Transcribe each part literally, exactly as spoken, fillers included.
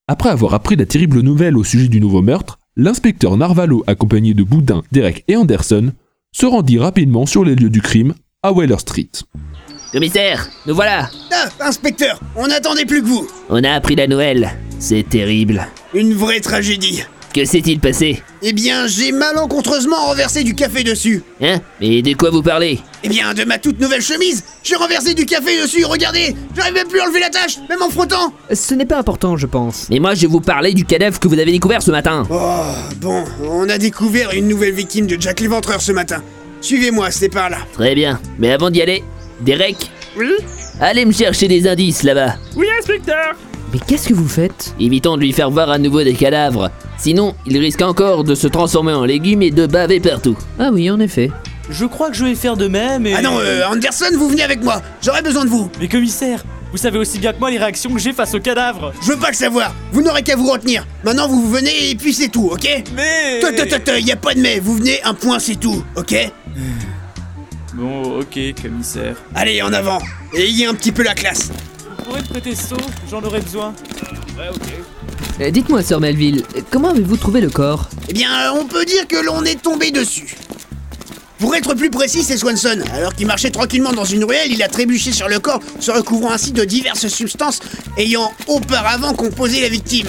Après avoir appris la terrible nouvelle au sujet du nouveau meurtre, l'inspecteur Narvalo, accompagné de Boudin, Derek et Anderson, se rendit rapidement sur les lieux du crime à Weller Street. Commissaire, nous voilà. Ah, inspecteur, on n'attendait plus que vous. On a appris la nouvelle. C'est terrible. Une vraie tragédie. Que s'est-il passé? Eh bien, j'ai malencontreusement renversé du café dessus. Hein? Mais de quoi vous parlez? Eh bien, de ma toute nouvelle chemise, j'ai renversé du café dessus, regardez. J'arrive même plus à enlever la tache, même en frottant. Ce n'est pas important, je pense. Mais moi, je vous parlais du cadavre que vous avez découvert ce matin. Oh, bon, on a découvert une nouvelle victime de Jack l'Éventreur ce matin. Suivez-moi, c'est par là. Très bien. Mais avant d'y aller, Derek, Oui? allez me chercher des indices là-bas. Oui, inspecteur! Mais qu'est-ce que vous faites? Évitons de lui faire voir à nouveau des cadavres. Sinon, il risque encore de se transformer en légumes et de baver partout. Ah oui, en effet. Je crois que je vais faire de même et... Ah non, euh, Anderson, vous venez avec moi. J'aurai besoin de vous. Mais commissaire, vous savez aussi bien que moi les réactions que j'ai face au cadavre. Je veux pas le savoir. Vous n'aurez qu'à vous retenir. Maintenant, vous venez et puis c'est tout, ok? Mais... Toi, toi, toi, toi, y a pas de mais. Vous venez, un point, c'est tout, ok? Bon, ok, commissaire. Allez, en avant. Et ayez un petit peu la classe. Vous pourrez me prêter ce seau? J'en aurais besoin. Ouais, ok. Euh, Dites-moi, Sir Melville, euh, comment avez-vous trouvé le corps? Eh bien, euh, on peut dire que l'on est tombé dessus. Pour être plus précis, c'est Swanson. Alors qu'il marchait tranquillement dans une ruelle, il a trébuché sur le corps, se recouvrant ainsi de diverses substances ayant auparavant composé la victime.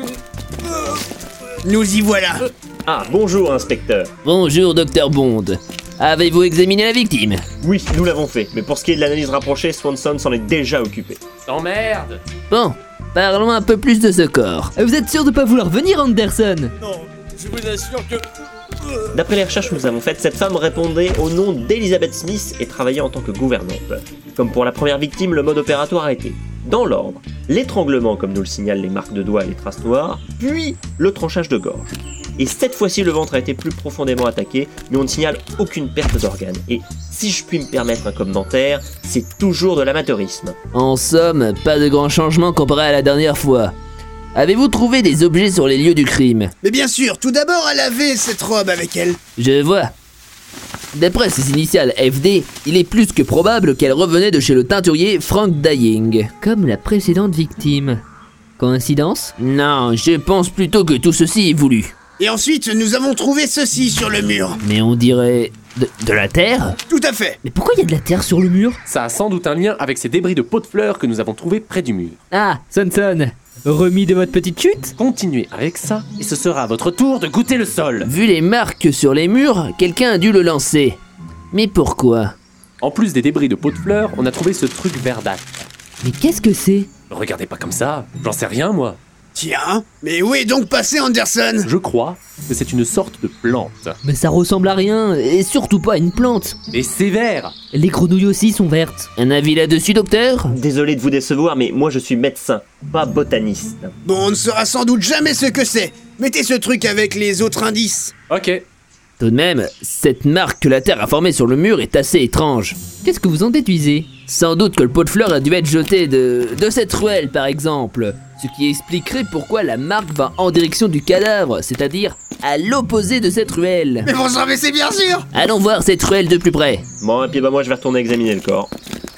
Nous y voilà. Ah, bonjour, inspecteur. Bonjour, docteur Bond. Avez-vous examiné la victime? Oui, nous l'avons fait, mais pour ce qui est de l'analyse rapprochée, Swanson s'en est déjà occupé. T'emmerdes! Bon, parlons un peu plus de ce corps. Euh, Vous êtes sûr de pas vouloir venir, Anderson? Non, je vous assure que... D'après les recherches que nous avons faites, cette femme répondait au nom d'Elizabeth Smith et travaillait en tant que gouvernante. Comme pour la première victime, le mode opératoire a été, dans l'ordre, l'étranglement comme nous le signalent les marques de doigts et les traces noires, puis le tranchage de gorge. Et cette fois-ci, le ventre a été plus profondément attaqué, mais on ne signale aucune perte d'organes. Et si je puis me permettre un commentaire, c'est toujours de l'amateurisme. En somme, pas de grand changement comparé à la dernière fois. Avez-vous trouvé des objets sur les lieux du crime? Mais bien sûr, tout d'abord, elle avait cette robe avec elle. Je vois. D'après ses initiales F D, il est plus que probable qu'elle revenait de chez le teinturier Frank Dying. Comme la précédente victime. Coïncidence? Non, je pense plutôt que tout ceci est voulu. Et ensuite, nous avons trouvé ceci sur le mur. Mais on dirait... de, de la terre? Tout à fait. Mais pourquoi il y a de la terre sur le mur? Ça a sans doute un lien avec ces débris de pots de fleurs que nous avons trouvés près du mur. Ah, Swanson, remis de votre petite chute? Continuez avec ça, et ce sera à votre tour de goûter le sol. Vu les marques sur les murs, quelqu'un a dû le lancer. Mais pourquoi? En plus des débris de pots de fleurs, on a trouvé ce truc verdâtre. Mais qu'est-ce que c'est? Regardez pas comme ça, j'en sais rien moi. Tiens, mais où est donc passé Anderson? Je crois que c'est une sorte de plante. Mais ça ressemble à rien, et surtout pas à une plante. Et c'est vert. Les grenouilles aussi sont vertes. Un avis là-dessus, docteur? Désolé de vous décevoir, mais moi je suis médecin, pas botaniste. Bon, on ne saura sans doute jamais ce que c'est. Mettez ce truc avec les autres indices. Ok. Tout de même, cette marque que la terre a formée sur le mur est assez étrange. Qu'est-ce que vous en déduisez? Sans doute que le pot de fleurs a dû être jeté de... de cette ruelle, par exemple. Ce qui expliquerait pourquoi la marque va en direction du cadavre, c'est-à-dire à l'opposé de cette ruelle. Mais vous savez, c'est bien sûr. Allons voir cette ruelle de plus près. Bon, et puis bah moi je vais retourner examiner le corps.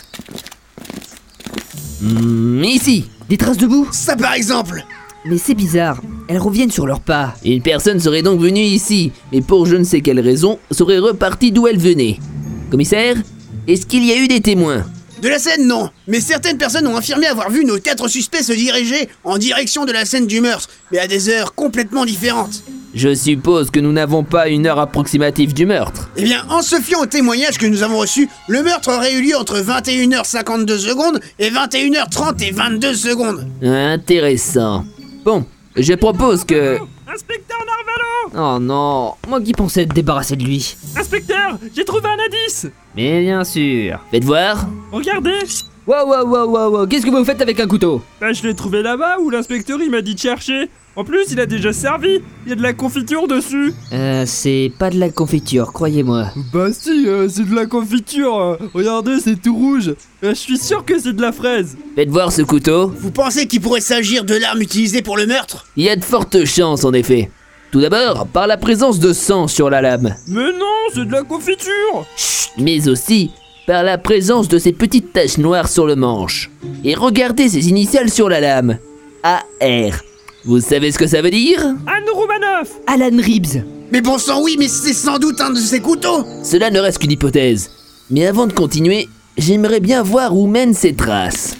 Hmm, ici. Des traces de boue? Ça par exemple. Mais c'est bizarre, elles reviennent sur leurs pas. Une personne serait donc venue ici, mais pour je ne sais quelle raison, serait repartie d'où elle venait. Commissaire, est-ce qu'il y a eu des témoins? De la scène, non. Mais certaines personnes ont affirmé avoir vu nos quatre suspects se diriger en direction de la scène du meurtre, mais à des heures complètement différentes. Je suppose que nous n'avons pas une heure approximative du meurtre. Eh bien, en se fiant aux témoignages que nous avons reçus, le meurtre aurait eu lieu entre vingt et une heures cinquante-deux secondes et vingt et une heures trente et vingt-deux secondes. Intéressant. Bon, je propose que... Inspecteur Narvalo! Oh non, moi qui pensais être débarrassé de lui. Inspecteur, j'ai trouvé un indice! Mais bien sûr. Faites voir. Regardez! Wow, wow, wow, wow, wow, qu'est-ce que vous faites avec un couteau? Bah je l'ai trouvé là-bas où l'inspecteur il m'a dit de chercher. En plus il a déjà servi, il y a de la confiture dessus. Euh, c'est pas de la confiture, croyez-moi. Bah si, euh, c'est de la confiture. euh. Regardez, c'est tout rouge. Euh, je suis sûr que c'est de la fraise. Faites voir ce couteau. Vous pensez qu'il pourrait s'agir de l'arme utilisée pour le meurtre? Il y a de fortes chances en effet. Tout d'abord, par la présence de sang sur la lame. Mais non, c'est de la confiture. Chut, mais aussi par la présence de ces petites taches noires sur le manche. Et regardez ces initiales sur la lame. A R. Vous savez ce que ça veut dire? Anne Roumanoff. Alan Reeves. Mais bon sang oui, mais c'est sans doute un de ces couteaux. Cela ne reste qu'une hypothèse. Mais avant de continuer, j'aimerais bien voir où mènent ces traces.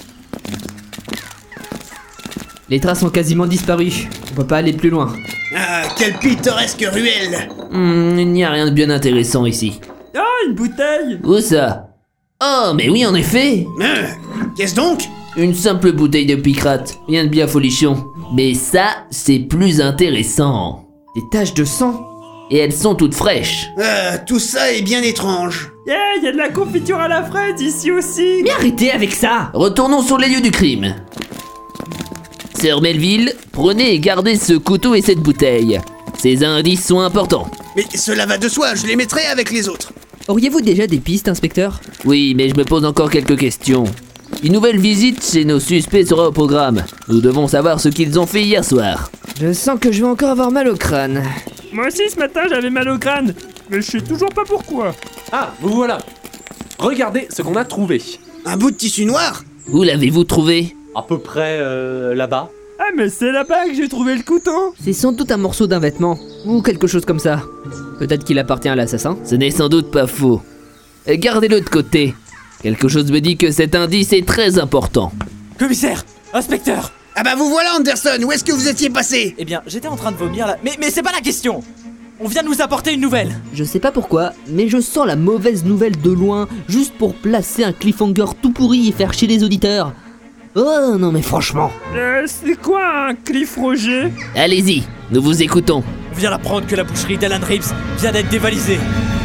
Les traces ont quasiment disparu. On peut pas aller plus loin. Ah, quelle pittoresque ruelle. Hmm, il n'y a rien de bien intéressant ici. Ah, une bouteille. Où ça? Oh, mais oui, en effet. Euh, Qu'est-ce donc? Une simple bouteille de picrate, rien de bien folichon. Mais ça, c'est plus intéressant. Des taches de sang. Et elles sont toutes fraîches. Euh, tout ça est bien étrange. Yeah, y a de la confiture à la fraise ici aussi. Mais arrêtez avec ça. Retournons sur les lieux du crime. Sœur Melville, prenez et gardez ce couteau et cette bouteille. Ces indices sont importants. Mais cela va de soi, je les mettrai avec les autres. Auriez-vous déjà des pistes, inspecteur? Oui, mais je me pose encore quelques questions. Une nouvelle visite chez nos suspects sera au programme. Nous devons savoir ce qu'ils ont fait hier soir. Je sens que je vais encore avoir mal au crâne. Moi aussi ce matin j'avais mal au crâne, mais je sais toujours pas pourquoi. Ah, vous voilà. Regardez ce qu'on a trouvé. Un bout de tissu noir? Où l'avez-vous trouvé? À peu près euh, là-bas. Ah mais c'est là-bas que j'ai trouvé le couteau. C'est sans doute un morceau d'un vêtement. Ou quelque chose comme ça. Peut-être qu'il appartient à l'assassin. Ce n'est sans doute pas faux. Gardez-le de côté. Quelque chose me dit que cet indice est très important. Commissaire, inspecteur. Ah bah vous voilà Anderson, où est-ce que vous étiez passé? Eh bien, j'étais en train de vomir là. Mais, mais c'est pas la question. On vient de nous apporter une nouvelle. Je sais pas pourquoi, mais je sens la mauvaise nouvelle de loin, juste pour placer un cliffhanger tout pourri et faire chier les auditeurs. Oh non mais franchement. Euh, c'est quoi un Cliff Roger? Allez-y, nous vous écoutons. On vient d'apprendre que la boucherie d'Alan Reeves vient d'être dévalisée.